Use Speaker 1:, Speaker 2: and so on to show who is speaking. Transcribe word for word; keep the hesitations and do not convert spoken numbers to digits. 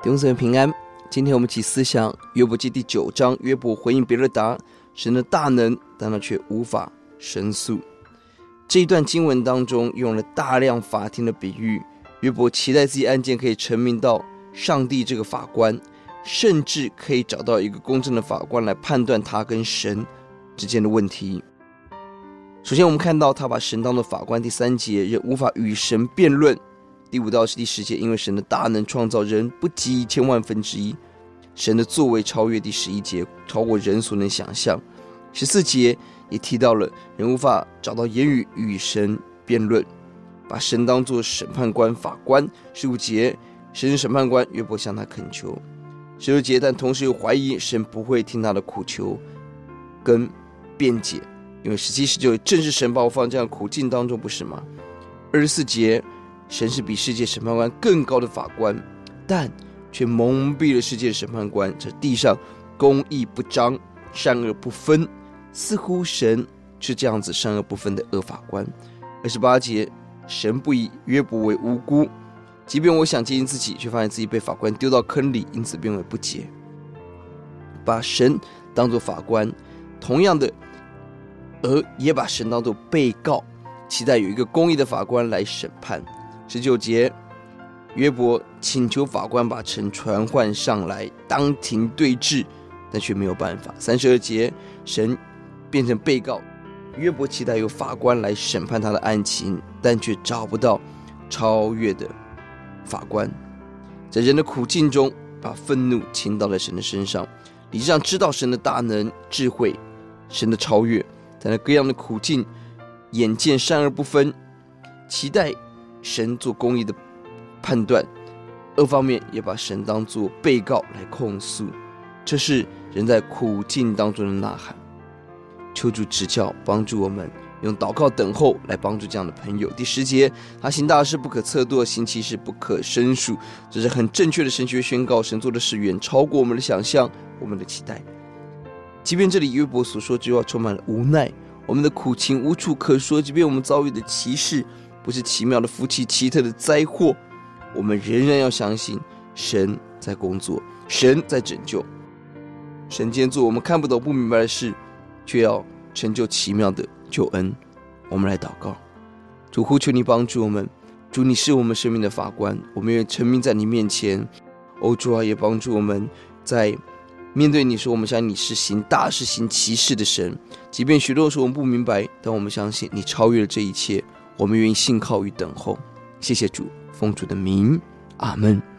Speaker 1: 弟兄姊妹平安，今天我们一起思想约伯记第九章，约伯回应别勒达，神的大能，但他却无法申诉。这一段经文当中用了大量法庭的比喻，约伯期待自己案件可以陈明到上帝这个法官，甚至可以找到一个公正的法官来判断他跟神之间的问题。首先我们看到他把神当作法官，第三节人无法与神辩论。第五到第十节，因为神的大能创造人不及一千万分之一，神的作为超越。第十一节，超过人所能想象。十四节也提到了人无法找到言语与神辩论，把神当作审判官法官。十五节，神是审判官，约伯向他恳求。十六节，但同时又怀疑神不会听他的苦求跟辩解，因为十七、十九正是神把我放这样苦境当中，不是吗？二十四节，神是比世界审判官更高的法官，但却蒙蔽了世界的审判官。这地上公义不彰，善恶不分，似乎神是这样子善恶不分的恶法官。二十八节，神不以约伯为无辜，即便我想接近自己，却发现自己被法官丢到坑里，因此变为不洁。把神当作法官，同样的，而也把神当作被告，期待有一个公义的法官来审判。十九节，约伯请求法官把城传唤上来当庭对质，但却没有办法。三十二节，神变成被告，约伯期待有法官来审判他的案情，但却找不到超越的法官。在人的苦境中，把愤怒倾倒在神的身上，理智上知道神的大能、智慧、神的超越，在那各样的苦境，眼见善恶不分，期待神做公义的判断。二方面也把神当作被告来控诉，这是人在苦境当中的呐喊。求主指教帮助我们，用祷告等候来帮助这样的朋友。第十节，他行大事不可测度，行奇事不可申述。这是很正确的神学宣告，神做的事远超过我们的想象，我们的期待。即便这里约伯所说这句话充满了无奈，我们的苦情无处可说，即便我们遭遇的奇事不是奇妙的福气、奇特的灾祸，我们仍然要相信神在工作，神在拯救，神今天做我们看不懂不明白的事，却要成就奇妙的救恩。我们来祷告。主，呼求你帮助我们，主，你是我们生命的法官，我们愿沉迷在你面前。哦，主啊，也帮助我们在面对你说我们相信你是行大事行奇事的神，即便许多时候我们不明白，但我们相信你超越了这一切，我们愿意信靠与等候。谢谢主，奉主的名，阿们。